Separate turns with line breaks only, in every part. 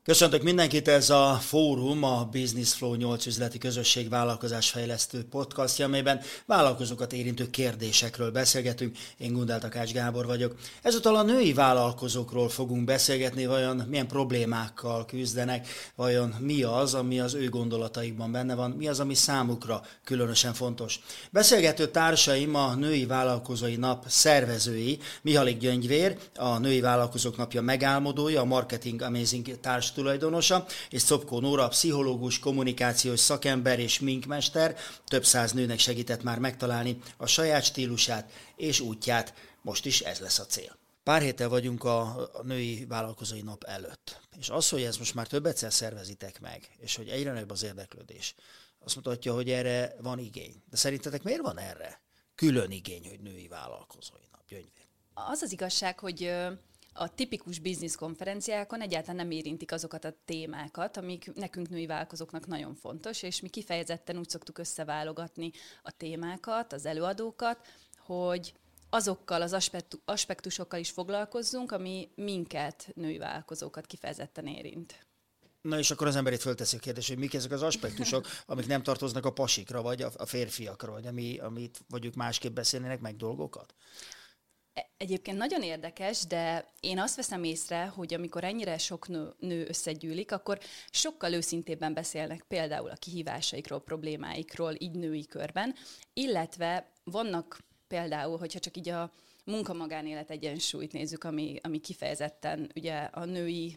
Köszöntök mindenkit, ez a fórum, a Business Flow 8 üzleti közösség vállalkozásfejlesztő podcastja, amelyben vállalkozókat érintő kérdésekről beszélgetünk. Én Gundel Takács Gábor vagyok. Ezúttal a női vállalkozókról fogunk beszélgetni, vajon milyen problémákkal küzdenek, vajon mi az, ami az ő gondolataikban benne van, mi az, ami számukra különösen fontos. Beszélgető társaim a Női Vállalkozói Nap szervezői, Mihály Gyöngyvér, a Női Vállalkozók Napja megálmodója, a Marketing Amazing tulajdonosa, és Szopkó Nóra, pszichológus, kommunikációs szakember és sminkmester, több száz nőnek segített már megtalálni a saját stílusát és útját. Most is ez lesz a cél. Pár héttel vagyunk a Női Vállalkozói Nap előtt, és az, hogy ezt most már több egyszer szervezitek meg, és hogy egyre nagyobb az érdeklődés, azt mutatja, hogy erre van igény. De szerintetek miért van erre külön igény, hogy Női Vállalkozói Nap? Gyöngyvér.
Az az igazság, hogy a tipikus biznisz konferenciákon egyáltalán nem érintik azokat a témákat, amik nekünk női vállalkozóknak nagyon fontos, és mi kifejezetten úgy szoktuk összeválogatni a témákat, az előadókat, hogy azokkal az aspektusokkal is foglalkozzunk, ami minket, női vállalkozókat kifejezetten érint.
Na és akkor az ember itt fölteszi a kérdést, hogy mik ezek az aspektusok, amik nem tartoznak a pasikra, vagy a férfiakra, vagy amit vagy ők másképp beszélnének meg dolgokat?
Egyébként nagyon érdekes, de én azt veszem észre, hogy amikor ennyire sok nő összegyűlik, akkor sokkal őszintébben beszélnek például a kihívásaikról, problémáikról, így női körben, illetve vannak például, hogyha csak így a munka-magánélet egyensúlyt nézzük, ami kifejezetten ugye a női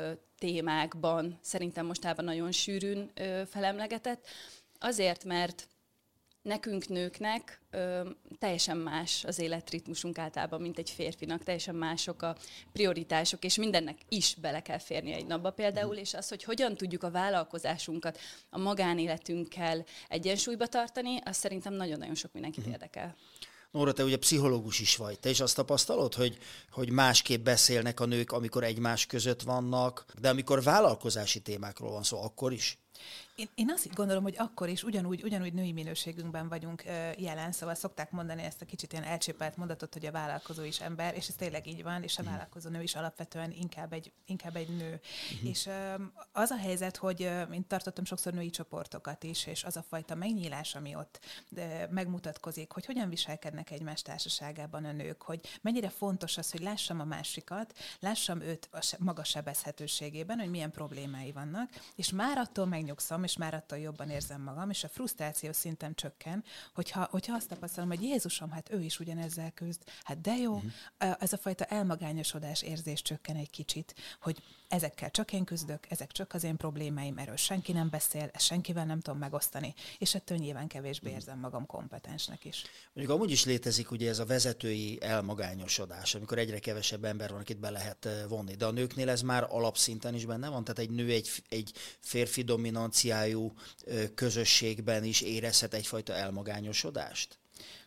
témákban szerintem mostában nagyon sűrűn felemlegetett, azért, mert nekünk nőknek teljesen más az életritmusunk általában, mint egy férfinak, teljesen mások a prioritások, és mindennek is bele kell férnie egy napba például, és az, hogy hogyan tudjuk a vállalkozásunkat a magánéletünkkel egyensúlyba tartani, az szerintem nagyon-nagyon sok mindenkit érdekel.
Nóra, te ugye pszichológus is vagy. Te is azt tapasztalod, hogy másképp beszélnek a nők, amikor egymás között vannak, de amikor vállalkozási témákról van szó, akkor is?
Én azt gondolom, hogy akkor is ugyanúgy női minőségünkben vagyunk jelen, szóval szokták mondani ezt a kicsit ilyen elcsépelt mondatot, hogy a vállalkozó is ember, és ez tényleg így van, és a vállalkozó nő is alapvetően inkább egy nő. És az a helyzet, hogy én tartottam sokszor női csoportokat is, és az a fajta megnyílás, ami ott megmutatkozik, hogy hogyan viselkednek egymás társaságában a nők, hogy mennyire fontos az, hogy lássam a másikat, lássam őt a maga sebezhetőségében, hogy milyen problémái vannak, és már attól megnyugszom, és már attól jobban érzem magam, és a frusztráció szintem csökken, hogyha azt tapasztalom, hogy Jézusom, hát ő is ugyanezzel küzd, hát de jó, ez a fajta elmagányosodás érzés csökken egy kicsit, hogy ezekkel csak én küzdök, ezek csak az én problémáim, erről senki nem beszél, ezt senkivel nem tudom megosztani, és ettől nyilván kevésbé érzem magam kompetensnek is.
Mondjuk amúgy is létezik ugye ez a vezetői elmagányosodás, amikor egyre kevesebb ember van, akit be lehet vonni, de a nőknél ez már alapszinten is benne van, tehát egy nő egy férfi dominanciájú közösségben is érezhet egyfajta elmagányosodást?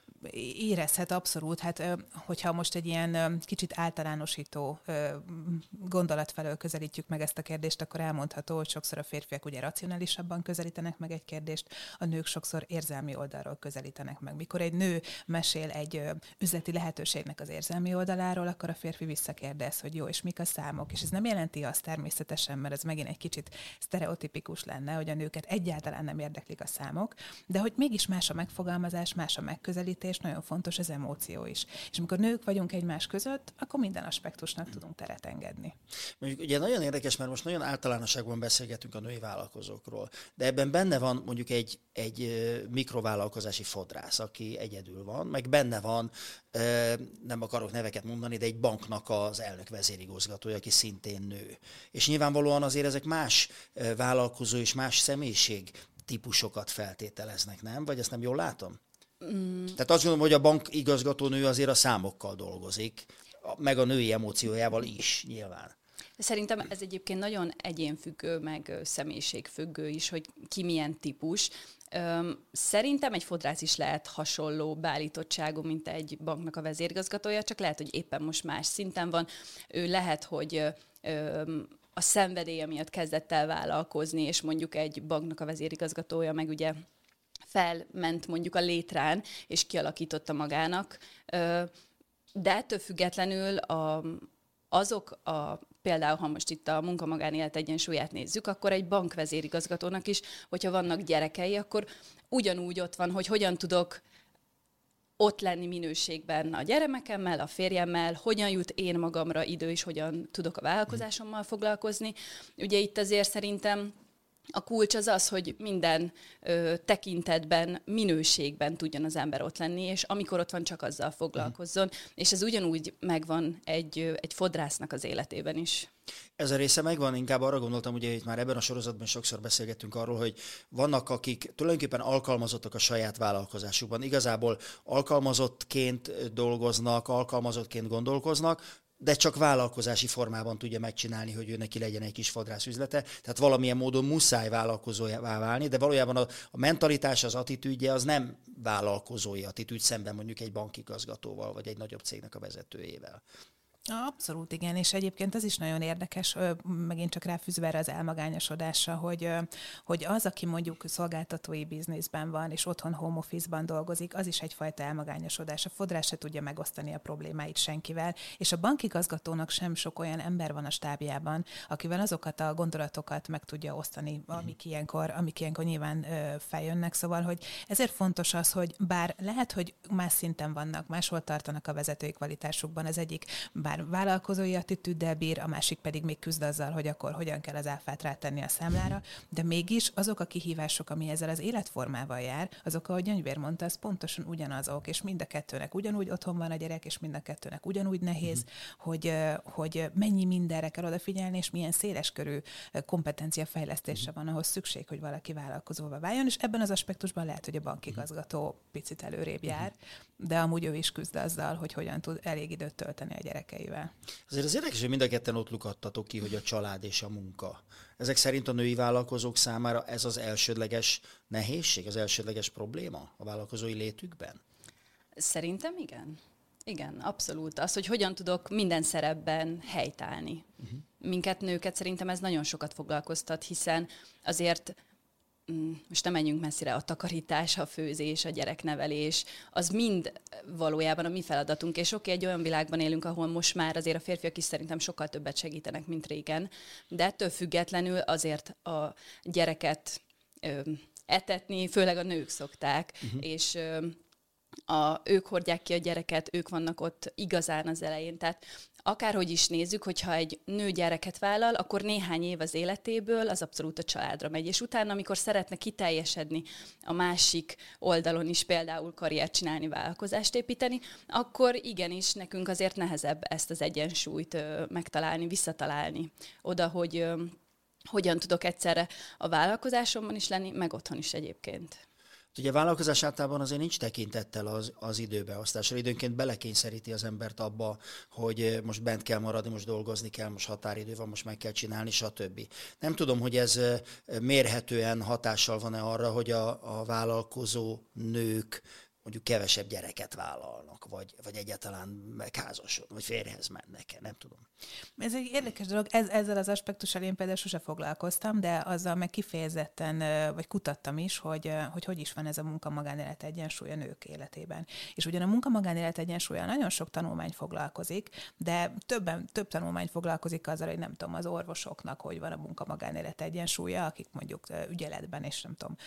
Érezhet abszolút, hát hogyha most egy ilyen kicsit általánosító gondolat felől közelítjük meg ezt a kérdést, akkor elmondható, hogy sokszor a férfiak ugye racionálisabban közelítenek meg egy kérdést, a nők sokszor érzelmi oldalról közelítenek meg. Mikor egy nő mesél egy üzleti lehetőségnek az érzelmi oldaláról, akkor a férfi visszakérdez, hogy jó, és mik a számok, és ez nem jelenti azt természetesen, mert ez megint egy kicsit sztereotipikus lenne, hogy a nőket egyáltalán nem érdeklik a számok, de hogy mégis más a megfogalmazás, más a megközelítés, és nagyon fontos az emóció is. És amikor nők vagyunk egymás között, akkor minden aspektusnak tudunk teret engedni.
Mondjuk ugye nagyon érdekes, mert most nagyon általánosságban beszélgetünk a női vállalkozókról, de ebben benne van mondjuk egy mikrovállalkozási fodrász, aki egyedül van, meg benne van, nem akarok neveket mondani, de egy banknak az elnök vezérigazgatója, aki szintén nő. És nyilvánvalóan azért ezek más vállalkozó és más személyiség típusokat feltételeznek, nem? Vagy ezt nem jól látom? Tehát azt gondolom, hogy a bank igazgatónő azért a számokkal dolgozik, meg a női emóciójával is nyilván.
Szerintem ez egyébként nagyon egyénfüggő, meg személyiségfüggő is, hogy ki milyen típus. Szerintem egy fodrász is lehet hasonló beállítottságú, mint egy banknak a vezérigazgatója, csak lehet, hogy éppen most más szinten van. Ő lehet, hogy a szenvedélye miatt kezdett el vállalkozni, és mondjuk egy banknak a vezérigazgatója meg ugye felment mondjuk a létrán, és kialakította magának. De ettől függetlenül azok a például, ha most itt a munka-magánélet egyensúlyát nézzük, akkor egy bankvezérigazgatónak is, hogyha vannak gyerekei, akkor ugyanúgy ott van, hogy hogyan tudok ott lenni minőségben a gyermekemmel, a férjemmel, hogyan jut én magamra idő, és hogyan tudok a vállalkozásommal foglalkozni. Ugye itt azért szerintem a kulcs az, hogy minden tekintetben, minőségben tudjon az ember ott lenni, és amikor ott van, csak azzal foglalkozzon. És ez ugyanúgy megvan egy fodrásznak az életében is.
Ez a része megvan, inkább arra gondoltam, ugye itt már ebben a sorozatban sokszor beszélgettünk arról, hogy vannak, akik tulajdonképpen alkalmazottak a saját vállalkozásukban. Igazából alkalmazottként dolgoznak, alkalmazottként gondolkoznak, de csak vállalkozási formában tudja megcsinálni, hogy ő neki legyen egy kis fodrászüzlete. Tehát valamilyen módon muszáj vállalkozóvá válni, de valójában a mentalitás, az attitűdje az nem vállalkozói attitűd szemben mondjuk egy bankigazgatóval, vagy egy nagyobb cégnek a vezetőjével.
Abszolút igen, és egyébként ez is nagyon érdekes, megint csak ráfűzve erre az elmagányosodásra, hogy az, aki mondjuk szolgáltatói bizniszben van, és otthon home office-ban dolgozik, az is egyfajta elmagányosodás. A fodrász se tudja megosztani a problémáit senkivel, és a bankigazgatónak sem sok olyan ember van a stábjában, akivel azokat a gondolatokat meg tudja osztani, amik ilyenkor nyilván feljönnek. Szóval, hogy ezért fontos az, hogy bár lehet, hogy más szinten vannak, máshol tartanak a vezetői kvalitásukban, az egyik bár vállalkozói attitűddel bír, a másik pedig még küzd azzal, hogy akkor hogyan kell az áfát rátenni a számlára, de mégis azok a kihívások, ami ezzel az életformával jár, azok, ahogy Gyöngyvér mondta, az pontosan ugyanazok, és mind a kettőnek ugyanúgy otthon van a gyerek, és mind a kettőnek ugyanúgy nehéz, hogy mennyi mindenre kell odafigyelni, és milyen széleskörű kompetenciafejlesztésre van ahhoz szükség, hogy valaki vállalkozóvá váljon, és ebben az aspektusban lehet, hogy a bankigazgató picit előrébb jár, de amúgy ő is küzd azzal, hogy hogyan tud elég időt tölteni a gyerekeivel.
Azért az érdekes, hogy mind a ketten ott lukattatok ki, hogy a család és a munka. Ezek szerint a női vállalkozók számára ez az elsődleges nehézség, az elsődleges probléma a vállalkozói létükben?
Szerintem igen. Igen, abszolút. Az, hogy hogyan tudok minden szerepben helytállni. Minket, nőket szerintem ez nagyon sokat foglalkoztat, hiszen azért most nem menjünk messzire, a takarítás, a főzés, a gyereknevelés, az mind valójában a mi feladatunk, és egy olyan világban élünk, ahol most már azért a férfiak is szerintem sokkal többet segítenek, mint régen, de ettől függetlenül azért a gyereket etetni, főleg a nők szokták, és ők hordják ki a gyereket, ők vannak ott igazán az elején. Tehát akárhogy is nézzük, hogyha egy nő gyereket vállal, akkor néhány év az életéből az abszolút a családra megy. És utána, amikor szeretne kiteljesedni a másik oldalon is, például karriert csinálni, vállalkozást építeni, akkor igenis nekünk azért nehezebb ezt az egyensúlyt megtalálni, visszatalálni oda, hogy hogyan tudok egyszerre a vállalkozásomban is lenni, meg otthon is egyébként.
Ugye a vállalkozás általában azért nincs tekintettel az időbeosztásra. Időnként belekényszeríti az embert abba, hogy most bent kell maradni, most dolgozni kell, most határidő van, most meg kell csinálni, stb. Nem tudom, hogy ez mérhetően hatással van-e arra, hogy a vállalkozó nők mondjuk kevesebb gyereket vállalnak, vagy egyáltalán megházasodnak, vagy férjhez mennek, nem tudom.
Ez egy érdekes dolog, ezzel az aspektussal én például sose foglalkoztam, de azzal meg kifejezetten, vagy kutattam is, hogy is van ez a munka-magánélet egyensúly a nők életében. És ugyan a munka-magánélet egyensúlya nagyon sok tanulmány foglalkozik, de több tanulmány foglalkozik azzal, hogy nem tudom, az orvosoknak, hogy van a munka-magánélet egyensúlya, akik mondjuk ügyeletben és nem tudom,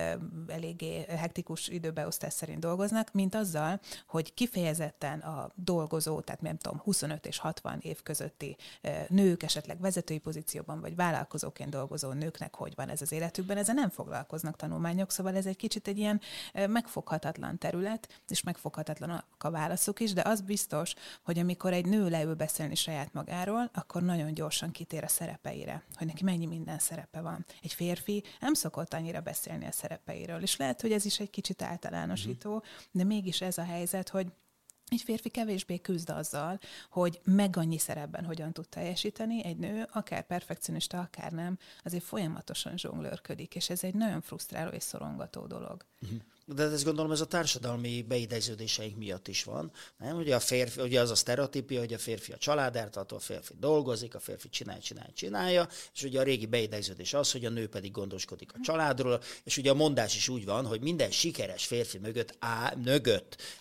eléggé hektikus időbeosztás szerint dolgoznak, mint azzal, hogy kifejezetten a dolgozó, tehát nem tudom, 25 és 60 év közötti nők, esetleg vezetői pozícióban, vagy vállalkozóként dolgozó nőknek hogy van ez az életükben, ezzel nem foglalkoznak tanulmányok, szóval ez egy kicsit egy ilyen megfoghatatlan terület, és megfoghatatlanak a válaszok is, de az biztos, hogy amikor egy nő leül beszélni saját magáról, akkor nagyon gyorsan kitér a szerepeire, hogy neki mennyi minden szerepe van. Egy férfi nem szokott annyira beszélni a szerepeiről, és lehet, hogy ez is egy kicsit általánosító, de mégis ez a helyzet, hogy egy férfi kevésbé küzd azzal, hogy meg annyi szerepben hogyan tud teljesíteni, egy nő, akár perfekcionista, akár nem, azért folyamatosan zsonglőrködik, és ez egy nagyon frusztráló és szorongató dolog.
De ez gondolom ez a társadalmi beidegződéseink miatt is van. Nem? Ugye a férfi, ugye az a sztereotípia, hogy a férfi a családárt, a férfi dolgozik, a férfi csinálja, és ugye a régi beidegződés az, hogy a nő pedig gondoskodik a családról, és ugye a mondás is úgy van, hogy minden sikeres férfi mögött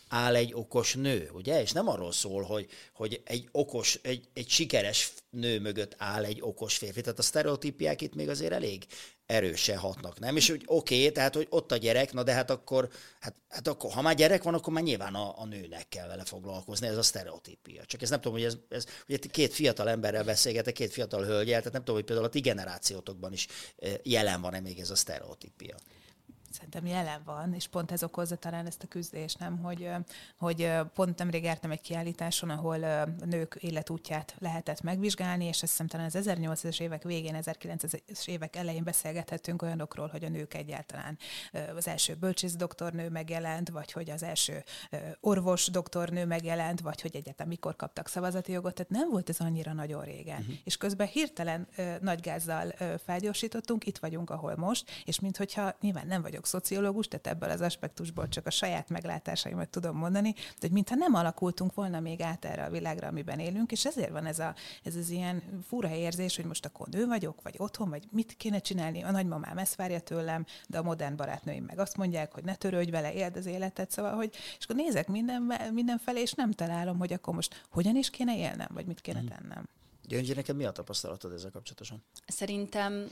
áll egy okos nő, ugye? És nem arról szól, hogy egy sikeres nő mögött áll egy okos férfi. Tehát a sztereotípiák itt még azért elég erősen hatnak, nem? És hogy oké, tehát, hogy ott a gyerek, na de hát akkor, ha már gyerek van, akkor már nyilván a nőnek kell vele foglalkozni, ez a sztereotípia. Csak ez nem tudom, hogy ez ugye két fiatal emberrel beszélgetek, két fiatal hölgyel, tehát nem tudom, hogy például a ti generációtokban is jelen van-e még ez a sztereotípia.
Szerintem jelen van, és pont ez okozza talán ezt a küzdést, nem? Hogy pont nemrég jártam egy kiállításon, ahol a nők életútját lehetett megvizsgálni, és azt hiszem talán az 1800-es évek végén, 1900-es évek elején beszélgethettünk olyanokról, hogy a nők egyáltalán az első bölcsész doktornő megjelent, vagy hogy az első orvos doktornő megjelent, vagy hogy egyáltalán mikor kaptak szavazati jogot, tehát nem volt ez annyira nagyon régen. És közben hirtelen nagy gázzal felgyorsítottunk, itt vagyunk, ahol most, és minthogyha nyilván nem vagyok szociológus, tehát ebből az aspektusból csak a saját meglátásaimat tudom mondani, de hogy mintha nem alakultunk volna még át erre a világra, amiben élünk, és ezért van ez az ilyen fura érzés, hogy most akkor nő vagyok, vagy otthon, vagy mit kéne csinálni, a nagymamám ezt várja tőlem, de a modern barátnőim meg azt mondják, hogy ne törődj vele, éld az életet, szóval, hogy és akkor nézek mindenfelé, és nem találom, hogy akkor most hogyan is kéne élnem, vagy mit kéne tennem.
Gyöngyi, neked mi a tapasztalatod ezzel kapcsolatosan?
Szerintem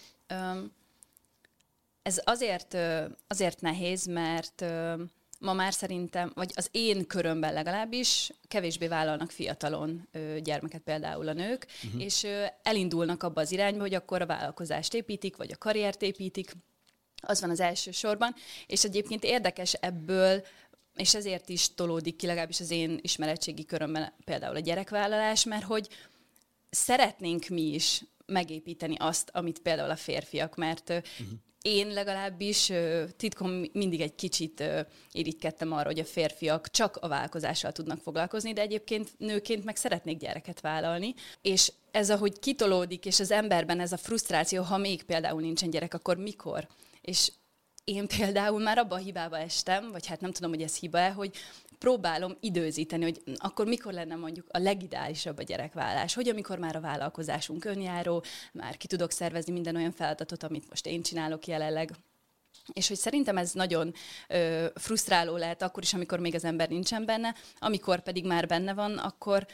ez azért nehéz, mert ma már szerintem, vagy az én körömben legalábbis kevésbé vállalnak fiatalon gyermeket például a nők, és elindulnak abba az irányba, hogy akkor a vállalkozást építik, vagy a karriert építik. Az van az első sorban, és egyébként érdekes ebből, és ezért is tolódik ki legalábbis az én ismeretségi körömben például a gyerekvállalás, mert hogy szeretnénk mi is megépíteni azt, amit például a férfiak, mert én legalábbis titkon mindig egy kicsit irigykedtem arra, hogy a férfiak csak a vállalkozással tudnak foglalkozni, de egyébként nőként meg szeretnék gyereket vállalni. És ez, ahogy kitolódik, és az emberben ez a frusztráció, ha még például nincsen gyerek, akkor mikor? És én például már abba a hibába estem, vagy hát nem tudom, hogy ez hiba-e, hogy próbálom időzíteni, hogy akkor mikor lenne mondjuk a legideálisabb a gyerekvállás, hogy amikor már a vállalkozásunk önjáró, már ki tudok szervezni minden olyan feladatot, amit most én csinálok jelenleg. És hogy szerintem ez nagyon frusztráló lehet akkor is, amikor még az ember nincsen benne, amikor pedig már benne van, akkor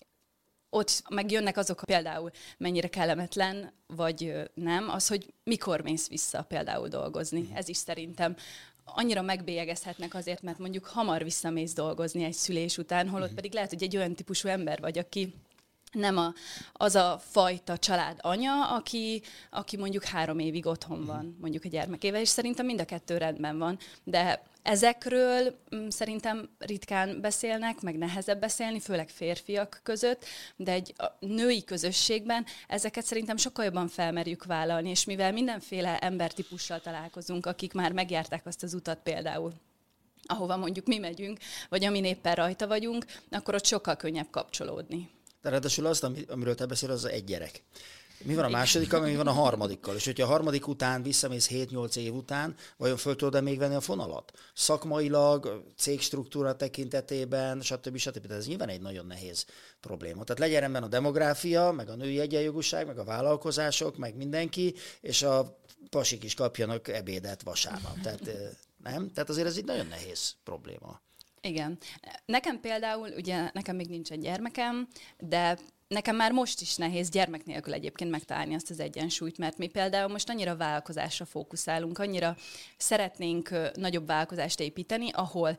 ott megjönnek azok például mennyire kellemetlen, vagy nem, az, hogy mikor mész vissza például dolgozni. Ez is szerintem annyira megbélyegezhetnek azért, mert mondjuk hamar visszamész dolgozni egy szülés után, holott pedig lehet, hogy egy olyan típusú ember vagy, aki nem az a fajta család anya, aki mondjuk 3 évig otthon van, mondjuk a gyermekével, és szerintem mind a kettő rendben van. De ezekről szerintem ritkán beszélnek, meg nehezebb beszélni, főleg férfiak között, de egy női közösségben ezeket szerintem sokkal jobban felmerjük vállalni, és mivel mindenféle embertípussal találkozunk, akik már megjárták azt az utat például, ahova mondjuk mi megyünk, vagy amin éppen rajta vagyunk, akkor ott sokkal könnyebb kapcsolódni.
De ráadásul azt, amiről te beszél, az egy gyerek. Mi van a másodikkal, mi van a harmadikkal? És hogyha a harmadik után visszamész 7-8 év után, vajon föl tudod-e még venni a fonalat? Szakmailag, cégstruktúra tekintetében, stb. Tehát ez nyilván egy nagyon nehéz probléma. Tehát legyen rendben a demográfia, meg a női egyenjogúság, meg a vállalkozások, meg mindenki, és a pasik is kapjanak ebédet vasárnap. Tehát, nem? Tehát azért ez egy nagyon nehéz probléma.
Igen. Nekem például, ugye nekem még nincsen gyermekem, de nekem már most is nehéz gyermek nélkül egyébként megtalálni azt az egyensúlyt, mert mi például most annyira vállalkozásra fókuszálunk, annyira szeretnénk nagyobb vállalkozást építeni, ahol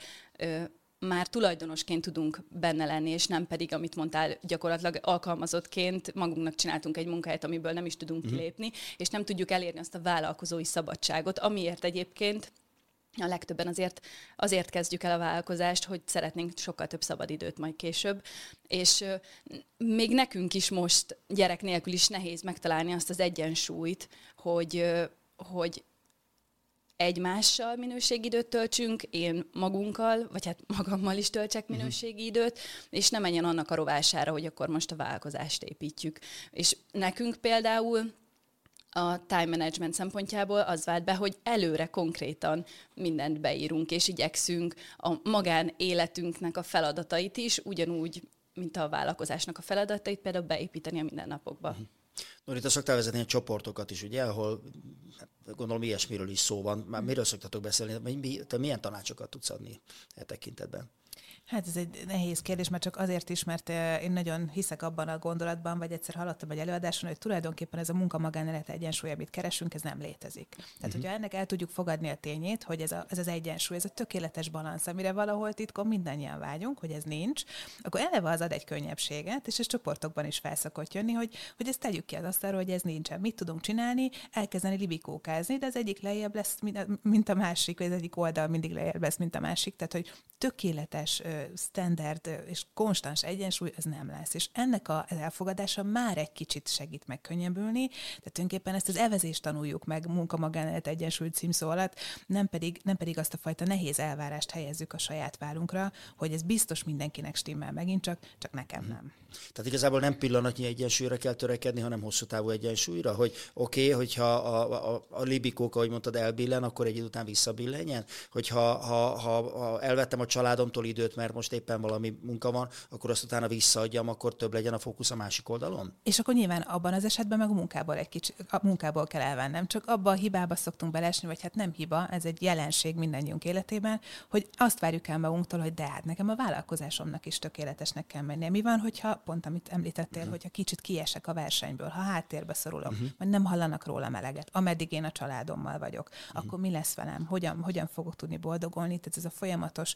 már tulajdonosként tudunk benne lenni, és nem pedig, amit mondtál, gyakorlatilag alkalmazottként magunknak csináltunk egy munkahelyet, amiből nem is tudunk kilépni, és nem tudjuk elérni azt a vállalkozói szabadságot, amiért egyébként a legtöbben azért kezdjük el a vállalkozást, hogy szeretnénk sokkal több szabadidőt majd később, és még nekünk is most gyerek nélkül is nehéz megtalálni azt az egyensúlyt, hogy egymással minőségidőt töltsünk, én magunkkal, vagy hát magammal is töltsek minőségi időt, és ne menjen annak a rovására, hogy akkor most a vállalkozást építjük. És nekünk például a time management szempontjából az vált be, hogy előre konkrétan mindent beírunk, és igyekszünk a magánéletünknek a feladatait is, ugyanúgy, mint a vállalkozásnak a feladatait, például beépíteni a mindennapokba.
Nori, te szoktál vezetni a csoportokat is, ugye, ahol gondolom ilyesmiről is szó van. Már miről szoktatok beszélni? Te milyen tanácsokat tudsz adni e tekintetben?
Hát ez egy nehéz kérdés, mert csak azért is, mert én nagyon hiszek abban a gondolatban, vagy egyszer hallottam egy előadáson, hogy tulajdonképpen ez a munka-magánélet egyensúly, amit keresünk, ez nem létezik. Tehát, hogyha ennek el tudjuk fogadni a tényét, hogy ez az egyensúly, ez a tökéletes balansz, amire valahol titkon mindannyian vágyunk, hogy ez nincs, akkor eleve az ad egy könnyebbséget, és ez csoportokban is fel szokott jönni, hogy ezt tegyük ki az asztalról, hogy ez nincsen. Mit tudunk csinálni? Elkezdeni libikókázni, de az egyik lejjebb lesz, mint a másik, vagy az egyik oldal mindig lejjebb lesz, mint a másik. Tehát, hogy tökéletes standard és konstans egyensúly, ez nem lesz. És ennek az elfogadása már egy kicsit segít megkönnyebbülni, tehát tulajdonképpen ezt az evezést tanuljuk meg munka-magánélet egyensúly címszó alatt, nem pedig azt a fajta nehéz elvárást helyezzük a saját vállunkra, hogy ez biztos mindenkinek stimmel megint, csak nekem nem.
Tehát igazából nem pillanatnyi egyensúlyra kell törekedni, hanem hosszú távú egyensúlyra, hogy oké, hogyha a libikók, ahogy mondtad, elbillen, akkor egy idő után visszabillenjen, hogyha elvettem a családomtól időt, mert most éppen valami munka van, akkor azt utána visszaadjam, akkor több legyen a fókusz a másik oldalon?
És akkor nyilván abban az esetben meg a munkából kell elvennem. Csak abba a hibába szoktunk belesni, vagy hát nem hiba, ez egy jelenség mindannyiunk életében, hogy azt várjuk el magunktól, hogy de hát nekem a vállalkozásomnak is tökéletesnek kell mennie. Mi van, hogyha pont amit említettél, hogyha kicsit kiesek a versenyből, ha háttérbe szorulok, vagy nem hallanak róla eleget, ameddig én a családommal vagyok, akkor mi lesz velem? Hogyan fogok tudni boldogulni? Tehát ez a folyamatos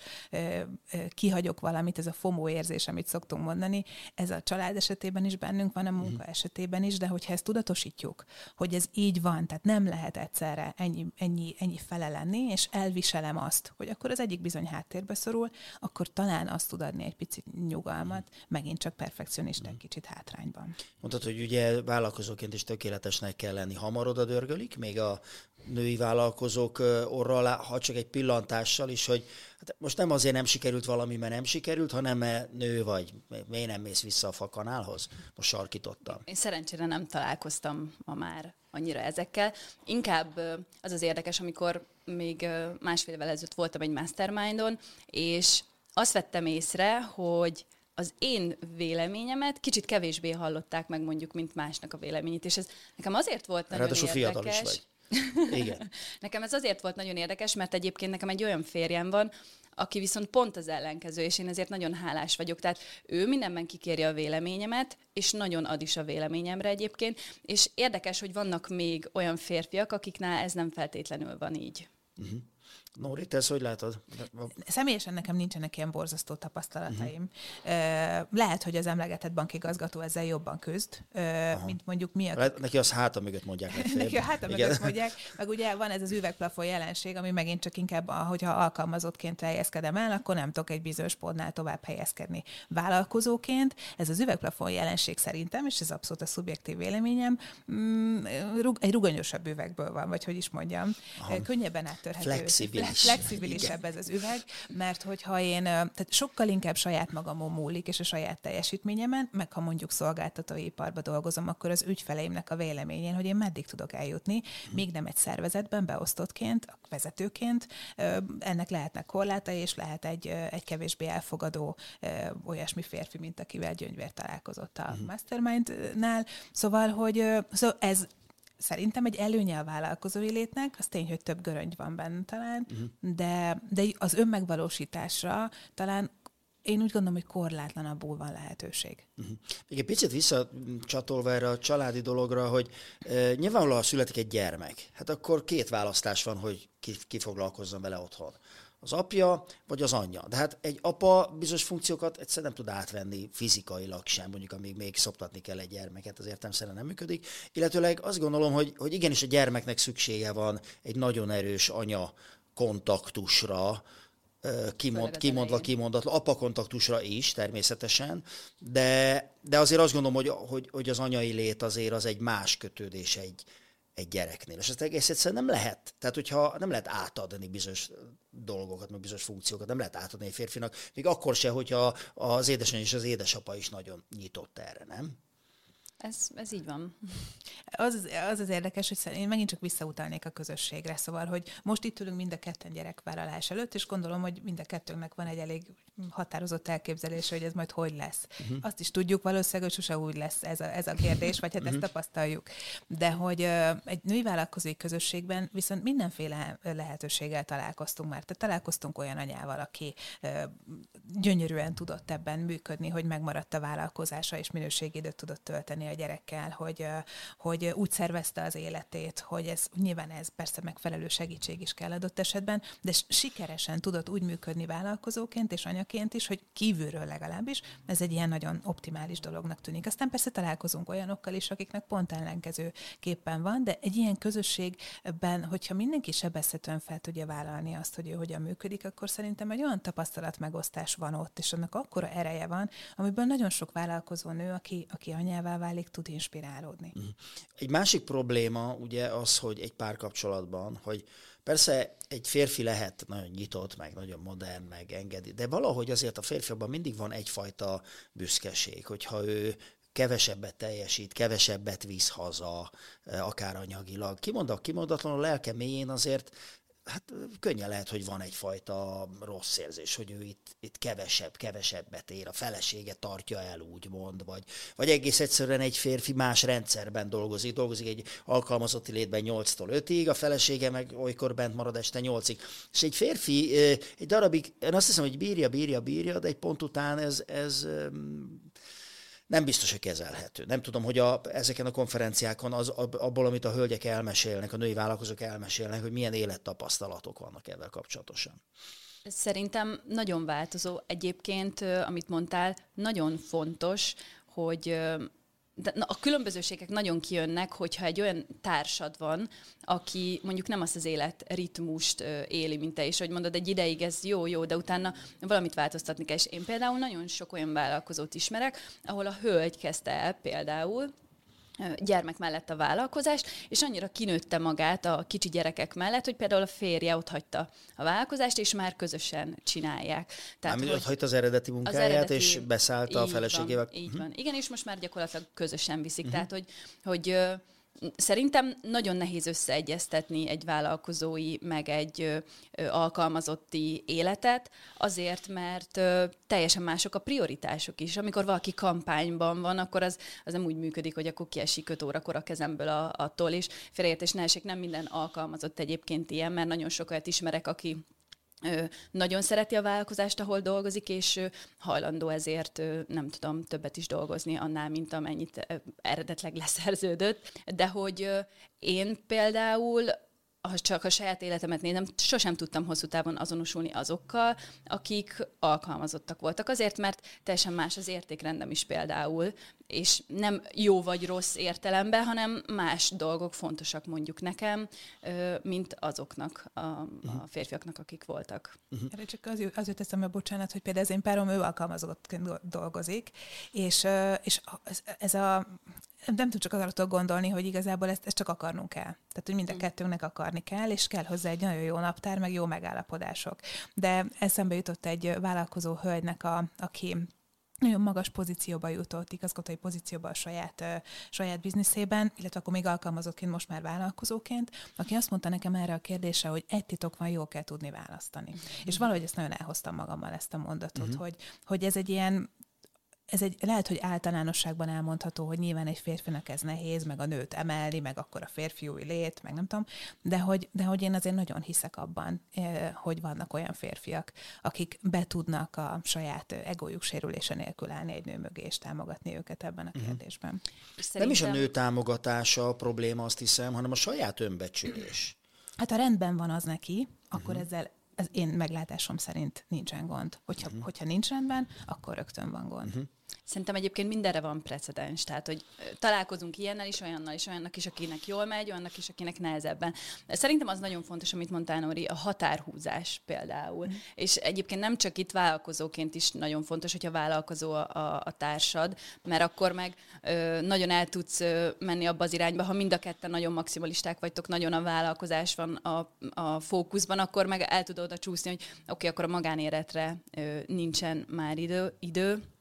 kihagyok valamit, ez a FOMO érzés, amit szoktunk mondani, ez a család esetében is bennünk van, a munka esetében is, de hogyha ezt tudatosítjuk, hogy ez így van, tehát nem lehet egyszerre ennyi fele lenni, és elviselem azt, hogy akkor az egyik bizony háttérbe szorul, akkor talán azt tud adni egy picit nyugalmat, megint csak perfekcionista egy kicsit hátrányban.
Mondtad, hogy ugye vállalkozóként is tökéletesnek kell lenni. Hamar oda dörgölik, még a női vállalkozók orra alá, ha csak egy pillantással is, hogy hát most nem azért nem sikerült valami, mert nem sikerült, hanem mert nő vagy. Miért nem mész vissza a fakanálhoz? Most sarkítottam.
Én szerencsére nem találkoztam ma már annyira ezekkel. Inkább az az érdekes, amikor még másfél évvel ezelőtt voltam egy mastermindon, és azt vettem észre, hogy az én véleményemet kicsit kevésbé hallották meg mondjuk, mint másnak a véleményét, és ez nekem azért volt nagyon érdekes.
Fiatal is vagy. Igen.
Nekem ez azért volt nagyon érdekes, mert egyébként nekem egy olyan férjem van, aki viszont pont az ellenkező, és én ezért nagyon hálás vagyok. Tehát ő mindenben kikéri a véleményemet, és nagyon ad is a véleményemre egyébként, és érdekes, hogy vannak még olyan férfiak, akiknál ez nem feltétlenül van így.
Uh-huh. Nóri, te ezt hogy látod?
Személyesen nekem nincsenek ilyen borzasztó tapasztalataim. Lehet, hogy az emlegetett bankigazgató ezzel jobban küzd, mint mondjuk mi.
Neki az háta mögött mondják.
Neki a háta mögött mondják, meg ugye van ez az üvegplafon jelenség, ami megint csak inkább, hogyha alkalmazottként helyezkedem el, akkor nem tudok egy bizonyos pontnál tovább helyezkedni. Vállalkozóként ez az üvegplafon jelenség szerintem, és ez abszolút a szubjektív véleményem, egy ruganyosabb üvegből van, vagy hogy is mondjam. Könnyebben áttörhető. Flexibilisebb ez az üveg, mert hogyha én, tehát sokkal inkább saját magamon múlik, és a saját teljesítményemen, meg ha mondjuk szolgáltatói iparba dolgozom, akkor az ügyfeleimnek a véleményén, hogy én meddig tudok eljutni, még nem egy szervezetben, beosztottként, vezetőként, ennek lehetnek korlátai, és lehet egy kevésbé elfogadó olyasmi férfi, mint akivel Gyöngyvér találkozott a Mastermind-nál. Szóval ez szerintem egy előnye a vállalkozói létnek, az tény, hogy több göröngy van benne talán, de az önmegvalósításra talán én úgy gondolom, hogy korlátlanabbul van lehetőség.
Még egy picit visszacsatolva erre a családi dologra, hogy nyilvánvalóan születik egy gyermek. Hát akkor két választás van, hogy ki foglalkozzon vele otthon. Az apja, vagy az anyja. De hát egy apa bizonyos funkciókat egyszerűen nem tud átvenni fizikailag sem, mondjuk amíg még szoptatni kell egy gyermeket, az értelemszerűen nem működik. Illetőleg azt gondolom, hogy igenis a gyermeknek szüksége van egy nagyon erős anya kontaktusra, kimondatlan, apa kontaktusra is természetesen, de azért azt gondolom, hogy az anyai lét azért az egy más kötődés egy gyereknél. És ezt egész egyszerűen nem lehet. Tehát, hogyha nem lehet átadni bizonyos dolgokat, meg bizonyos funkciókat, nem lehet átadni egy férfinak, még akkor se, hogyha az édesanyja és az édesapa is nagyon nyitott erre, nem?
Ez így van.
Az érdekes, hogy én megint csak visszautalnék a közösségre, szóval, hogy most itt ülünk mind a ketten gyerekvállalás előtt, és gondolom, hogy mind a kettőnknek van egy elég határozott elképzelése, hogy ez majd hogy lesz. Azt is tudjuk valószínűleg, hogy sose úgy lesz ez a kérdés, vagy hát ezt tapasztaljuk. De hogy egy női vállalkozói közösségben viszont mindenféle lehetőséggel találkoztunk már. Tehát találkoztunk olyan anyával, aki gyönyörűen tudott ebben működni, hogy megmaradt a vállalkozása, és minőségidőt tudott tölteni a gyerekkel, hogy úgy szervezte az életét, hogy nyilván ez persze megfelelő segítség is kell adott esetben, de sikeresen tudott úgy működni vállalkozóként és anyaként is, hogy kívülről legalábbis ez egy ilyen nagyon optimális dolognak tűnik. Aztán persze találkozunk olyanokkal is, akiknek pont ellenkező képpen van, de egy ilyen közösségben, hogyha mindenki sebezhetően fel tudja vállalni azt, hogy ő hogyan működik, akkor szerintem egy olyan tapasztalatmegosztás van ott, és annak akkora ereje van, amiből nagyon sok vállalkozó nő, aki anyává válik, tud inspirálódni.
Egy másik probléma ugye az, hogy egy párkapcsolatban, hogy persze egy férfi lehet nagyon nyitott, meg nagyon modern, meg engedi, de valahogy azért a férfiakban mindig van egyfajta büszkeség, hogyha ő kevesebbet teljesít, kevesebbet visz haza, akár anyagilag. Kimondatlanul a lelke mélyén azért hát könnyen lehet, hogy van egyfajta rossz érzés, hogy ő itt kevesebbet ér, a felesége tartja el, úgymond, vagy egész egyszerűen egy férfi más rendszerben dolgozik egy alkalmazotti létben 8-tól 5-ig, a felesége meg olykor bent marad este 8-ig. És egy férfi egy darabig, én azt hiszem, hogy bírja, de egy pont után ez nem biztos, hogy kezelhető. Nem tudom, hogy ezeken a konferenciákon abból, amit a hölgyek elmesélnek, a női vállalkozók elmesélnek, hogy milyen élettapasztalatok vannak ezzel kapcsolatosan.
Szerintem nagyon változó. Egyébként, amit mondtál, nagyon fontos, hogy de a különbözőségek nagyon kijönnek, hogyha egy olyan társad van, aki mondjuk nem azt az életritmust éli, mint te, és hogy mondod, egy ideig ez jó, de utána valamit változtatni kell. És én például nagyon sok olyan vállalkozót ismerek, ahol a hölgy kezdte el például gyermek mellett a vállalkozást, és annyira kinőtte magát a kicsi gyerekek mellett, hogy például a férje otthagyta a vállalkozást, és már közösen csinálják.
Tehát, ott hagyta az eredeti munkáját, és beszállt a feleségével.
Így van. Igen, és most már gyakorlatilag közösen viszik. Tehát, hogy szerintem nagyon nehéz összeegyeztetni egy vállalkozói, meg egy alkalmazotti életet, azért, mert teljesen mások a prioritások is. Amikor valaki kampányban van, akkor az nem úgy működik, hogy akkor kiesik 5 órakor a kezemből a toll, és félreértés ne esik, nem minden alkalmazott egyébként ilyen, mert nagyon sok olyat ismerek, aki nagyon szereti a vállalkozást, ahol dolgozik, és hajlandó ezért, nem tudom, többet is dolgozni annál, mint amennyit eredetleg leszerződött. De hogy én például, ha csak a saját életemet nézem, sosem tudtam hosszú távon azonosulni azokkal, akik alkalmazottak voltak. Azért, mert teljesen más az értékrendem is például, és nem jó vagy rossz értelemben, hanem más dolgok fontosak mondjuk nekem, mint azoknak a férfiaknak, akik voltak.
Erre csak az jut eszembe, bocsánat, hogy például az én párom, ő alkalmazottként dolgozik, és ez a... Nem tud csak arra gondolni, hogy igazából ezt csak akarnunk kell. Tehát, hogy mind a kettőnknek akarni kell, és kell hozzá egy nagyon jó naptár, meg jó megállapodások. De eszembe jutott egy vállalkozó hölgynek, aki nagyon magas pozícióba jutott, igazgatói pozícióba a saját bizniszében, illetve akkor még alkalmazottként, most már vállalkozóként, aki azt mondta nekem erre a kérdésre, hogy egy titok van, jól kell tudni választani. És valahogy ezt nagyon elhoztam magammal, ezt a mondatot, hogy ez egy ilyen, lehet, hogy általánosságban elmondható, hogy nyilván egy férfinak ez nehéz, meg a nőt emelni, meg akkor a férfiúi lét, meg nem tudom, de hogy én azért nagyon hiszek abban, hogy vannak olyan férfiak, akik be tudnak a saját egójuk sérülése nélkül állni egy nő mögé, és támogatni őket ebben a kérdésben.
Nem is a nő támogatása a probléma, azt hiszem, hanem a saját önbecsülés.
Hát ha rendben van az neki, akkor ezzel az én meglátásom szerint nincsen gond. Hogyha nincs rendben, akkor rögtön van gond.
Szerintem egyébként mindenre van precedens, tehát hogy találkozunk ilyennel is, olyannal is, olyannak is, akinek jól megy, olyannak is, akinek nehezebben. De szerintem az nagyon fontos, amit mondtál, Nóri, a határhúzás például. És egyébként nem csak itt vállalkozóként is nagyon fontos, hogyha vállalkozó a társad, mert akkor meg nagyon el tudsz menni abba az irányba, ha mind a ketten nagyon maximalisták vagytok, nagyon a vállalkozás van a fókuszban, akkor meg el tudod oda csúszni, hogy oké, akkor a magánéletre nincsen már idő.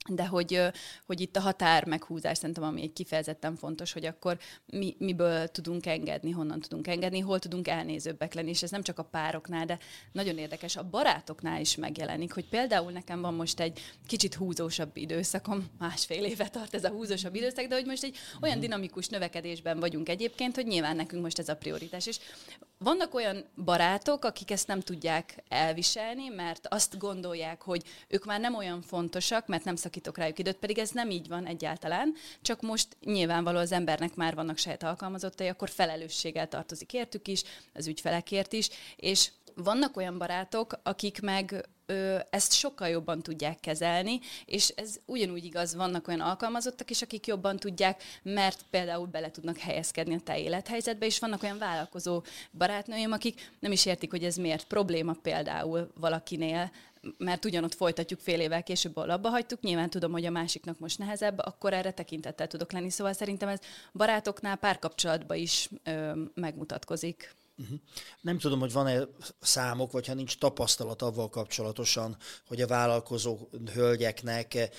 de hogy itt a határ meghúzás szerintem, ami egy kifejezetten fontos, hogy akkor miből tudunk engedni, honnan tudunk engedni, hol tudunk elnézőbbek lenni, és ez nem csak a pároknál, de nagyon érdekes, a barátoknál is megjelenik, hogy például nekem van most egy kicsit húzósabb időszakom, 1,5 éve tart ez a húzósabb időszak, de hogy most egy olyan dinamikus növekedésben vagyunk egyébként, hogy nyilván nekünk most ez a prioritás, és vannak olyan barátok, akik ezt nem tudják elviselni, mert azt gondolják, hogy ők már nem olyan fontosak, mert nem szakítok rájuk időt, pedig ez nem így van egyáltalán, csak most nyilvánvaló az embernek már vannak saját alkalmazottai, akkor felelősséggel tartozik értük is, az ügyfelekért is, és vannak olyan barátok, akik meg ezt sokkal jobban tudják kezelni, és ez ugyanúgy igaz, vannak olyan alkalmazottak is, akik jobban tudják, mert például bele tudnak helyezkedni a te élethelyzetbe, és vannak olyan vállalkozó barátnőim, akik nem is értik, hogy ez miért probléma például valakinél, mert ugyanott folytatjuk fél évvel később, ahol abba hagytuk, nyilván tudom, hogy a másiknak most nehezebb, akkor erre tekintettel tudok lenni. Szóval szerintem ez barátoknál, párkapcsolatban is megmutatkozik.
Nem tudom, hogy van-e számok, vagy ha nincs tapasztalat avval kapcsolatosan, hogy a vállalkozó hölgyeknek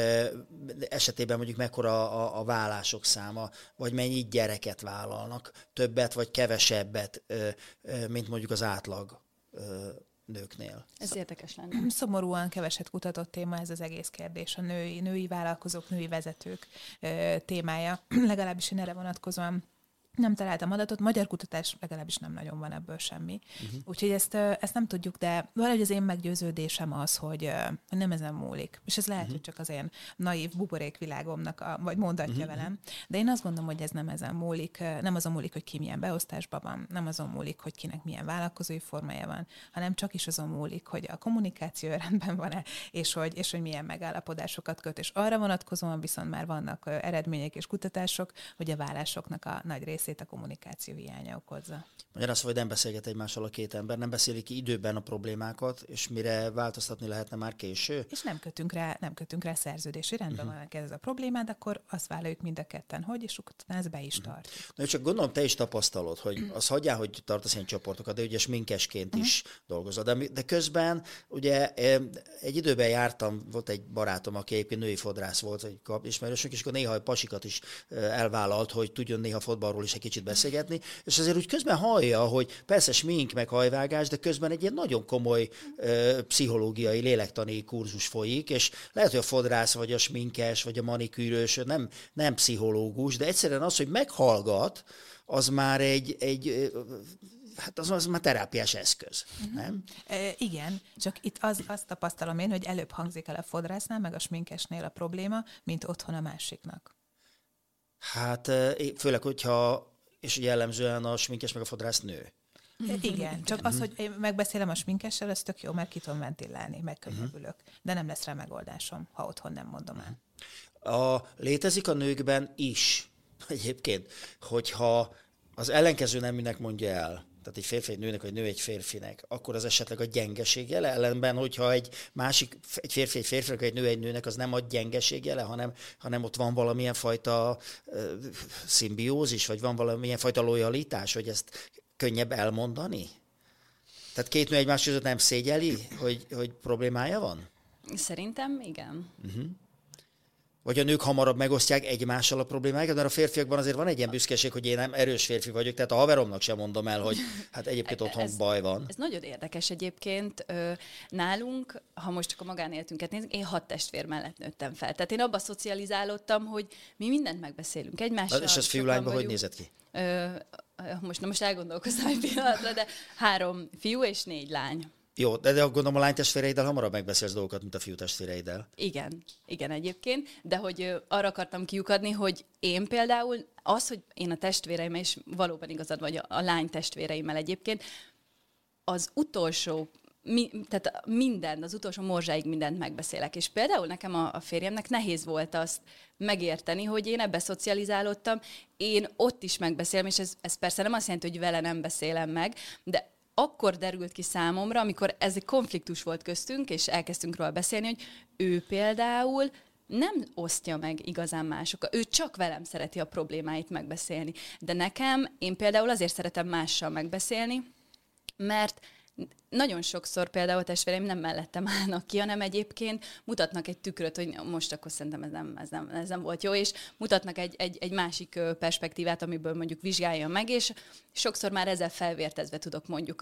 esetében mondjuk mekkora a vállások száma, vagy mennyi gyereket vállalnak, többet vagy kevesebbet, mint mondjuk az átlag nőknél.
Ez érdekes lenne.
Szomorúan keveset kutatott téma ez az egész kérdés, a női vállalkozók, női vezetők témája. Legalábbis én erre vonatkozóan nem találtam adatot, magyar kutatás legalábbis nem nagyon van ebből semmi. Úgyhogy ezt nem tudjuk, de valahogy az én meggyőződésem az, hogy nem ezen múlik. És ez lehet, hogy csak az én naív buborékvilágomnak vagy mondatja velem, de én azt gondolom, hogy ez nem ezen múlik, nem azon múlik, hogy ki milyen beosztásban van, nem azon múlik, hogy kinek milyen vállalkozói formája van, hanem csak is azon múlik, hogy a kommunikáció rendben van-e, és hogy milyen megállapodásokat köt. És arra vonatkozóan viszont már vannak eredmények és kutatások, hogy a vállásoknak a nagy részét a kommunikáció hiánya okozza.
Magyarán szóval, hogy nem beszélget egymással a két ember, nem beszélik ki időben a problémákat, és mire változtatni lehetne már késő. És
nem kötünk rá szerződési rendben van ez a problémád, akkor azt vállaljuk mind a ketten, hogy, és utána ez be is tart.
Na, csak gondolom, te is tapasztalod, hogy az hagyjál, hogy tartasz ilyen csoportokat, de ugye sminkesként is dolgozod. De közben ugye egy időben jártam, volt egy barátom, aki egyébként női fodrász volt, egy ismerősünk, és akkor néha a pasikat is elvállalt, hogy tudjon néha fotballról is egy kicsit beszélgetni, és azért úgy közben hallja, hogy persze smink meg hajvágás, de közben egy ilyen nagyon komoly pszichológiai, lélektani kurzus folyik, és lehet, hogy a fodrász, vagy a sminkes, vagy a manikűrös nem pszichológus, de egyszerűen az, hogy meghallgat, az már hát az már terápiás eszköz, nem?
Igen, csak itt azt tapasztalom én, hogy előbb hangzik el a fodrásznál, meg a sminkesnél a probléma, mint otthon a másiknak.
Hát főleg, hogyha, és jellemzően a sminkes meg a fodrász nő.
Igen, csak az, hogy én megbeszélem a sminkessel, ez tök jó, mert ki tudom ventilálni, megkönnyebbülök. De nem lesz rá megoldásom, ha otthon nem mondom el.
Létezik a nőkben is egyébként, hogyha az ellenkező neműnek mondja el, tehát egy férfi egy nőnek, vagy nő egy férfinek, akkor az esetleg a gyengeség jele, ellenben, hogyha egy férfi egy férfinek, vagy egy nő egy nőnek, az nem a gyengeség jele, hanem ott van valamilyen fajta szimbiózis, vagy van valamilyen fajta lojalitás, hogy ezt könnyebb elmondani? Tehát két nő egymás között nem szégyeli, hogy problémája van?
Szerintem igen.
Vagy a nők hamarabb megosztják egymással a problémáikat, mert a férfiakban azért van egy ilyen büszkeség, hogy én nem erős férfi vagyok, tehát a haveromnak sem mondom el, hogy hát egyébként otthon baj van.
Ez nagyon érdekes egyébként. Nálunk, ha most csak a magánéletünket nézzük, én 6 testvér mellett nőttem fel. Tehát én abba szocializálódtam, hogy mi mindent megbeszélünk egymással.
És ez fiú-lányban hogy nézett ki?
Most elgondolkoztam egy pillanatra, de 3 fiú és 4 lány.
Jó, de gondolom a lánytestvéreiddel hamarabb megbeszélsz dolgokat, mint a fiútestvéreiddel.
Igen egyébként, de hogy arra akartam kiukadni, hogy én például az, hogy én a testvéreimmel, és valóban igazad vagy a lány testvéreimmel egyébként, az utolsó, tehát az utolsó morzsáig mindent megbeszélek. És például nekem a férjemnek nehéz volt azt megérteni, hogy én ebbe szocializálódtam, én ott is megbeszélem, és ez persze nem azt jelenti, hogy vele nem beszélem meg, de akkor derült ki számomra, amikor ez egy konfliktus volt köztünk, és elkezdtünk róla beszélni, hogy ő például nem osztja meg igazán másokkal. Ő csak velem szereti a problémáit megbeszélni. De nekem, én például azért szeretem mással megbeszélni, mert nagyon sokszor például testvéreim nem mellettem állnak ki, hanem egyébként mutatnak egy tükröt, hogy most akkor szerintem ez nem volt jó, és mutatnak egy másik perspektívát, amiből mondjuk vizsgáljam meg, és sokszor már ezzel felvértezve tudok mondjuk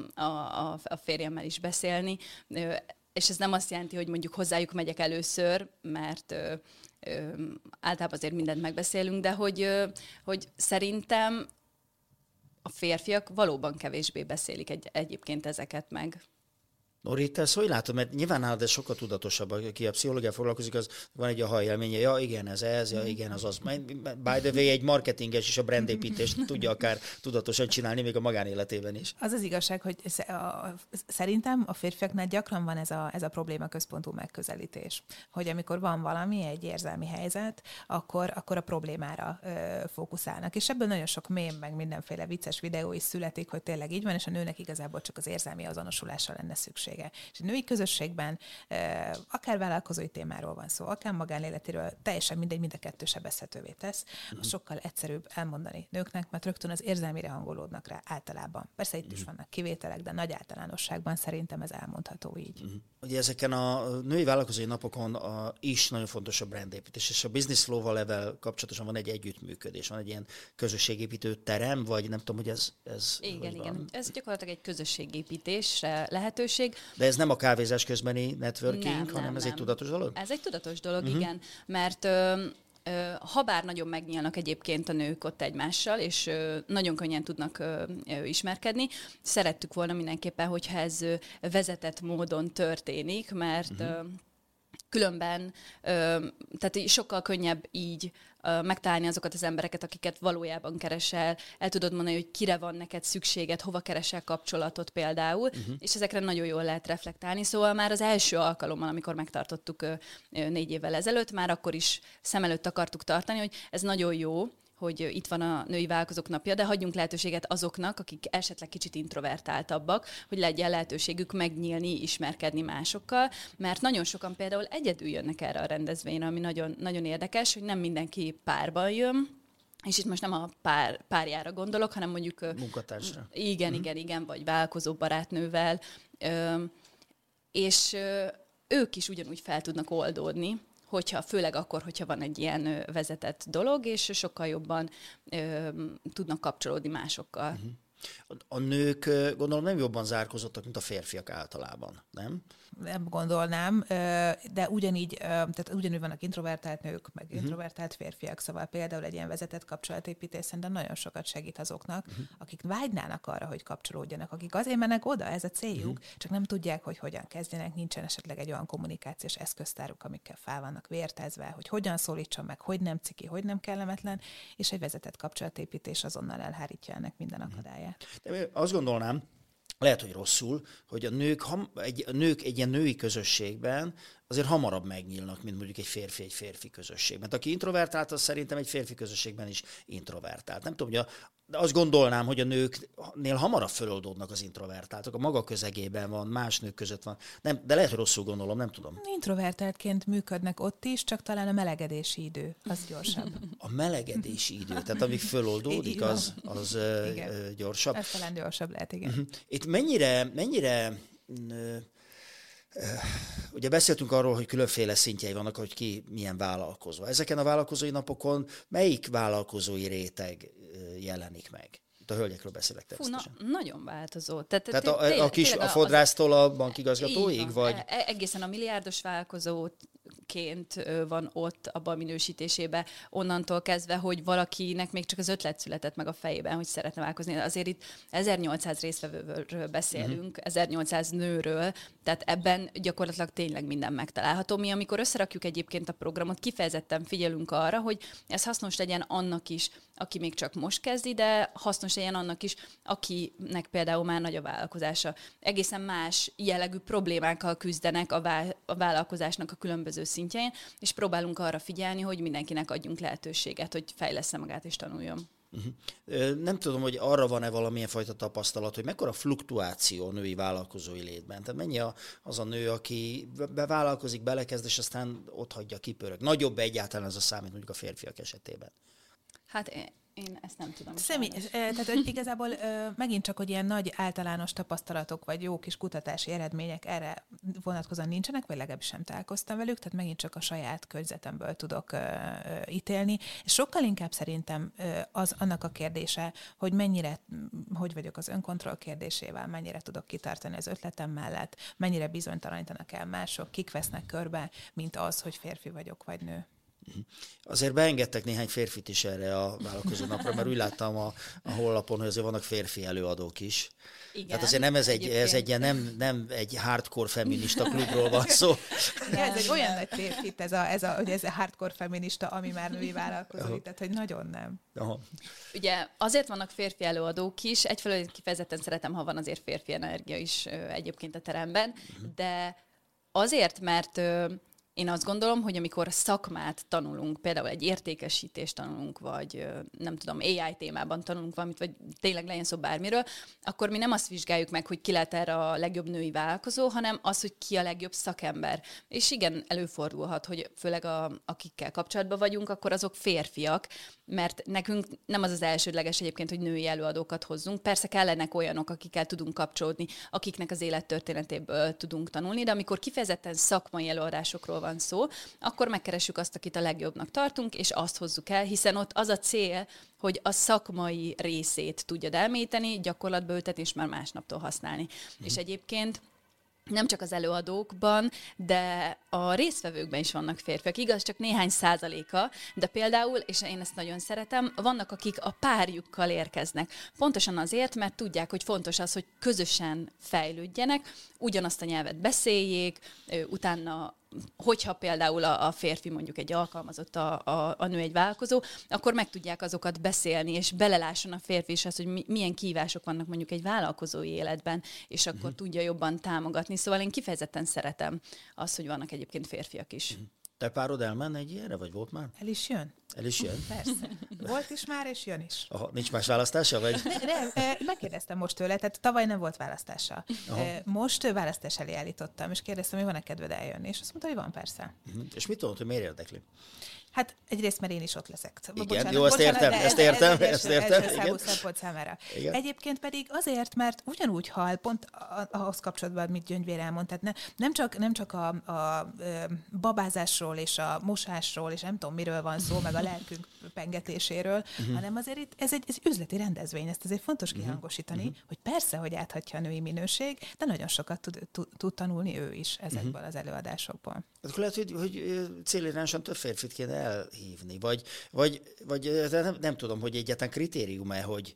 a férjemmel is beszélni, és ez nem azt jelenti, hogy mondjuk hozzájuk megyek először, mert általában azért mindent megbeszélünk, de hogy szerintem a férfiak valóban kevésbé beszélik egyébként ezeket meg.
Nori, te ezt hogy látod? Mert nyilván nálad ez sokkal tudatosabb, aki a pszichológiával foglalkozik, az van egy aha élménye, ja igen, ez, ja igen, az. By the way, egy marketinges is a brandépítést tudja akár tudatosan csinálni, még a magánéletében is.
Az az igazság, hogy szerintem a férfiaknál gyakran van ez a probléma központú megközelítés, hogy amikor van valami, egy érzelmi helyzet, akkor a problémára fókuszálnak. És ebből nagyon sok mém, meg mindenféle vicces videó is születik, hogy tényleg így van, és a nőnek igazából csak az érzelmi azonosulásra lenne szükség. És a női közösségben akár vállalkozói témáról van szó, akár magánéletéről, teljesen mindegy, mind a kettő sebezhetővé tesz. Az sokkal egyszerűbb elmondani nőknek, mert rögtön az érzelmire hangolódnak rá általában. Persze itt is vannak kivételek, de nagy általánosságban szerintem ez elmondható így.
Ugye ezeken a női vállalkozói napokon is nagyon fontos a brandépítés, és a Business Flow-val ebben kapcsolatosan van egy együttműködés, van egy ilyen közösségépítő terem, vagy nem tudom, hogy ez
igen. Ez gyakorlatilag egy közösségépítésre lehetőség.
De ez nem a kávézás közbeni networking, hanem ez egy tudatos dolog?
Ez egy tudatos dolog, igen, mert habár nagyon megnyílnak egyébként a nők ott egymással, és nagyon könnyen tudnak ismerkedni. Szerettük volna mindenképpen, hogyha ez vezetett módon történik, mert különben, tehát sokkal könnyebb így megtalálni azokat az embereket, akiket valójában keresel, el tudod mondani, hogy kire van neked szükséged, hova keresel kapcsolatot például, és ezekre nagyon jól lehet reflektálni. Szóval már az első alkalommal, amikor megtartottuk 4 évvel ezelőtt, már akkor is szem előtt akartuk tartani, hogy ez nagyon jó, hogy itt van a női vállalkozók napja, de hagyjunk lehetőséget azoknak, akik esetleg kicsit introvertáltabbak, hogy legyen lehetőségük megnyílni, ismerkedni másokkal, mert nagyon sokan például egyedül jönnek erre a rendezvényre, ami nagyon, nagyon érdekes, hogy nem mindenki párban jön, és itt most nem a párjára gondolok, hanem mondjuk
munkatársra.
Igen, vagy vállalkozó barátnővel, és ők is ugyanúgy fel tudnak oldódni, főleg akkor, hogyha van egy ilyen vezetett dolog, és sokkal jobban tudnak kapcsolódni másokkal.
A nők gondolom nem jobban zárkózottak, mint a férfiak általában, nem?
Nem gondolnám, de ugyanígy vannak introvertált nők, meg introvertált férfiak, szóval például egy ilyen vezetett kapcsolatépítés szerintem nagyon sokat segít azoknak, akik vágynának arra, hogy kapcsolódjanak, akik azért mennek oda, ez a céljuk, csak nem tudják, hogy hogyan kezdjenek, nincsen esetleg egy olyan kommunikációs eszköztáruk, amikkel fel vannak vértezve, hogy hogyan szólítson meg, hogy nem ciki, hogy nem kellemetlen, és egy vezetett kapcsolatépítés azonnal elhárítja ennek minden akadályát.
De azt gondolnám, lehet, hogy rosszul, hogy a nők egy ilyen női közösségben azért hamarabb megnyílnak, mint mondjuk egy férfi közösségben. Mert aki introvertált, az szerintem egy férfi közösségben is introvertált. Nem tudom, de azt gondolnám, hogy a nőknél hamarabb föloldódnak az introvertáltak. A maga közegében van, más nők között van. Nem, de lehet, hogy rosszul gondolom, nem tudom.
Introvertáltként működnek ott is, csak talán a melegedési idő, az gyorsabb.
A melegedési idő, tehát amíg föloldódik, az gyorsabb.
Ez talán gyorsabb lehet, igen.
Itt mennyire ugye beszéltünk arról, hogy különféle szintjei vannak, hogy ki milyen vállalkozó. Ezeken a vállalkozói napokon melyik vállalkozói réteg jelenik meg? Itt a hölgyekről beszélek természetesen.
Nagyon változó. Tehát
a fodrásztól a bankigazgatóig? Vagy?
Egészen a milliárdos vállalkozóként van ott abban a minősítésében, onnantól kezdve, hogy valakinek még csak az ötlet született meg a fejében, hogy szeretne vállalkozni. Azért itt 1800 résztvevőről beszélünk, 1800 nőről, tehát ebben gyakorlatilag tényleg minden megtalálható. Mi, amikor összerakjuk egyébként a programot, kifejezetten figyelünk arra, hogy ez hasznos legyen annak is, aki még csak most kezdi, de hasznos legyen annak is, akinek például már nagy a vállalkozása. Egészen más jellegű problémákkal küzdenek a vállalkozásnak a különböző szintjein, és próbálunk arra figyelni, hogy mindenkinek adjunk lehetőséget, hogy fejlessze magát és tanuljon.
Nem tudom, hogy arra van-e valamilyen fajta tapasztalat, hogy mekkora fluktuáció a női vállalkozói létben. Tehát mennyi az a nő, aki bevállalkozik, belekezd, és aztán ott hagyja, kipörög. Nagyobb egyáltalán az a szám, mint mondjuk a férfiak esetében.
Hát Én ezt nem tudom.
Tehát hogy igazából megint csak, hogy ilyen nagy általános tapasztalatok, vagy jó kis kutatási eredmények erre vonatkozóan nincsenek, vagy legalábbis sem találkoztam velük, tehát megint csak a saját környezetemből tudok ítélni. És sokkal inkább szerintem az annak a kérdése, hogy mennyire, hogy vagyok az önkontroll kérdésével, mennyire tudok kitartani az ötletem mellett, mennyire bizonytalanítanak el mások, kik vesznek körbe, mint az, hogy férfi vagyok, vagy nő.
Azért beengedtek néhány férfit is erre a vállalkozó napra, mert úgy láttam a honlapon, hogy azért vannak férfi előadók is. Igen, tehát azért nem ez egy nem egy hardcore feminista klubról van szó.
Ja, ez egy olyan nagy tévhit, hogy ez a hardcore feminista, ami már női vállalkozói, tehát hogy nagyon nem.
Aha.
Ugye azért vannak férfi előadók is, egyfelől kifejezetten szeretem, ha van azért férfi energia is egyébként a teremben, de azért, mert én azt gondolom, hogy amikor szakmát tanulunk, például egy értékesítést tanulunk, vagy nem tudom, AI témában tanulunk valamit, vagy tényleg legyen szó bármiről, akkor mi nem azt vizsgáljuk meg, hogy ki lehet erre a legjobb női vállalkozó, hanem az, hogy ki a legjobb szakember. És igen, előfordulhat, hogy főleg akikkel kapcsolatban vagyunk, akkor azok férfiak, mert nekünk nem az az elsődleges egyébként, hogy női előadókat hozzunk. Persze kellenek olyanok, akikkel tudunk kapcsolódni, akiknek az élettörténetéből tudunk tanulni, de amikor kifejezetten szakmai előadásokról van szó, akkor megkeressük azt, akit a legjobbnak tartunk, és azt hozzuk el, hiszen ott az a cél, hogy a szakmai részét tudjad elmélyíteni, gyakorlatba ültetni, és már másnaptól használni. És egyébként nem csak az előadókban, de a résztvevőkben is vannak férfiak. Igaz, csak néhány százaléka, de például, és én ezt nagyon szeretem, vannak, akik a párjukkal érkeznek. Pontosan azért, mert tudják, hogy fontos az, hogy közösen fejlődjenek, ugyanazt a nyelvet beszéljék, utána hogyha például a férfi mondjuk egy alkalmazott, a nő egy vállalkozó, akkor meg tudják azokat beszélni, és belelásson a férfi is az, hogy milyen kihívások vannak mondjuk egy vállalkozói életben, és akkor tudja jobban támogatni. Szóval én kifejezetten szeretem azt, hogy vannak egyébként férfiak is.
Te párod elmenne egy ilyenre, vagy volt már?
El is jön.
El is jön?
Persze. Volt is már, és jön is.
Aha, nincs más választása, vagy?
Nem, megkérdeztem most tőle, tehát tavaly nem volt választása. Aha. Most választás elé állítottam, és kérdeztem, hogy van-e kedved eljönni, és azt mondta, hogy van, persze.
És mit mondod, hogy miért érdekli?
Hát egyrészt, mert én is ott leszek.
Igen, bocsánat, jó, ezt értem.
Számú szempont számára. Igen. Egyébként pedig azért, mert ugyanúgy hal, pont ahhoz kapcsolatban, amit Gyöngyvér elmond, tehát nem csak a babázásról és a mosásról, és nem tudom miről van szó, meg a lelkünk pengetéséről, hanem azért itt ez egy üzleti rendezvény, ezt azért fontos kihangosítani, hogy persze, hogy áthatja a női minőség, de nagyon sokat tud tanulni ő is ezekből az előadásokból.
Akkor lehet, hogy célirányosan több férfit kéne elhívni, vagy nem tudom, hogy egyáltalán kritérium-e, hogy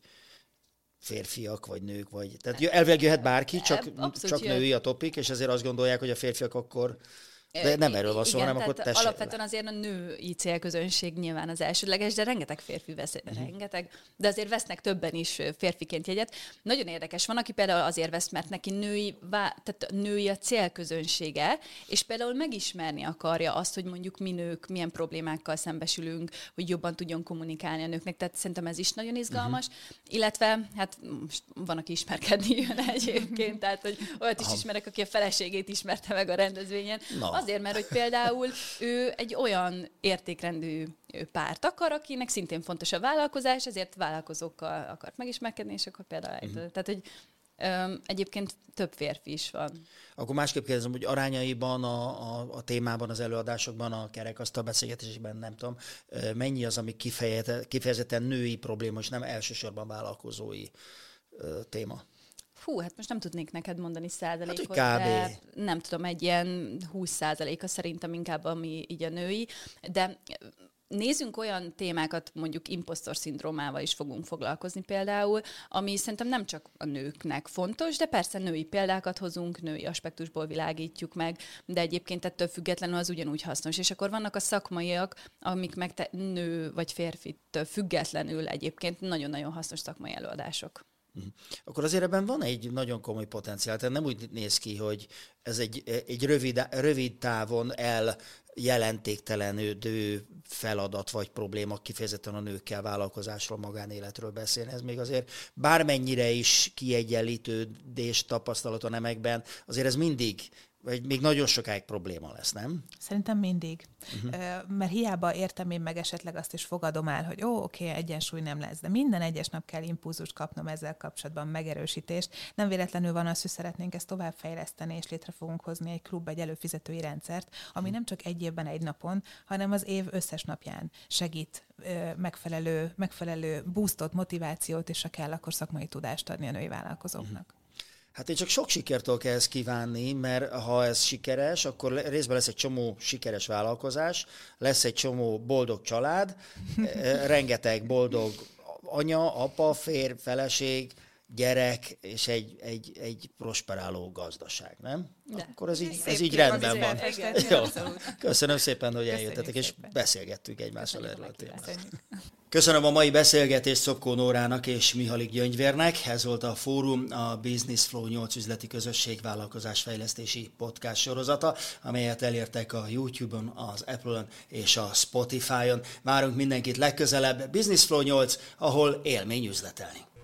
férfiak vagy nők, vagy... Tehát elvileg jöhet bárki, csak női a topik, és ezért azt gondolják, hogy a férfiak akkor... De nem erről van szó, hanem akkor tessék.
Alapvetően azért a női célközönség nyilván az elsődleges, de rengeteg férfi vesz, de azért vesznek többen is férfiként jegyet. Nagyon érdekes, van, aki például azért vesz, mert neki női a célközönsége, és például megismerni akarja azt, hogy mondjuk mi nők, milyen problémákkal szembesülünk, hogy jobban tudjon kommunikálni a nőknek, tehát szerintem ez is nagyon izgalmas, illetve hát most van, aki ismerkedni jön egyébként, tehát hogy olyat is ismerek, aki a feleségét ismerte meg a rendezvényen. Azért, mert hogy például ő egy olyan értékrendű párt akar, akinek szintén fontos a vállalkozás, ezért vállalkozókkal akart megismerkedni, és akkor például tehát, hogy egyébként több férfi is van.
Akkor másképp kérdezem, hogy arányaiban a témában, az előadásokban, a kerekasztal beszélgetésében, nem tudom, mennyi az, ami kifejezetten női probléma, és nem elsősorban vállalkozói téma?
Hú, hát most nem tudnék neked mondani százalékot,
de
nem tudom, egy ilyen 20%-a szerintem inkább, ami így a női, de nézzünk olyan témákat, mondjuk imposztor-szindrómával is fogunk foglalkozni például, ami szerintem nem csak a nőknek fontos, de persze női példákat hozunk, női aspektusból világítjuk meg, de egyébként ettől függetlenül az ugyanúgy hasznos. És akkor vannak a szakmaiak, amik meg nő vagy férfitől függetlenül egyébként nagyon-nagyon hasznos szakmai előadások.
Akkor azért ebben van egy nagyon komoly potenciál. Tehát nem úgy néz ki, hogy ez egy rövid távon jelentéktelenődő feladat vagy probléma kifejezetten a nőkkel vállalkozásról, magánéletről beszélni. Ez még azért bármennyire is kiegyenlítődés tapasztalat a nemekben, azért ez mindig vagy még nagyon sokáig probléma lesz, nem?
Szerintem mindig. Mert hiába értem én meg esetleg azt is fogadom el, hogy oké, egyensúly nem lesz, de minden egyes nap kell impulzust kapnom ezzel kapcsolatban, megerősítést. Nem véletlenül van az, hogy szeretnénk ezt továbbfejleszteni, és létre fogunk hozni egy klub, egy előfizetői rendszert, ami nem csak egy évben, egy napon, hanem az év összes napján segít megfelelő boostot, motivációt, és ha kell, akkor szakmai tudást adni a női vállalkozóknak.
Hát én csak sok sikert tudok ehhez kívánni, mert ha ez sikeres, akkor részben lesz egy csomó sikeres vállalkozás, lesz egy csomó boldog család, rengeteg boldog anya, apa, férj, feleség, gyerek, és egy prosperáló gazdaság, nem?
De.
Akkor ez így rendben van. Jó. Köszönöm szépen, hogy eljöttetek, és beszélgettünk egymással erről a témáról. Köszönöm a mai beszélgetést Szopkó Nórának és Mihalik Gyöngyvérnek. Ez volt a Fórum, a Business Flow 8 üzleti közösség vállalkozásfejlesztési podcast sorozata, amelyet elértek a YouTube-on, az Apple-on és a Spotify-on. Várunk mindenkit legközelebb. Business Flow 8, ahol élmény üzletelni.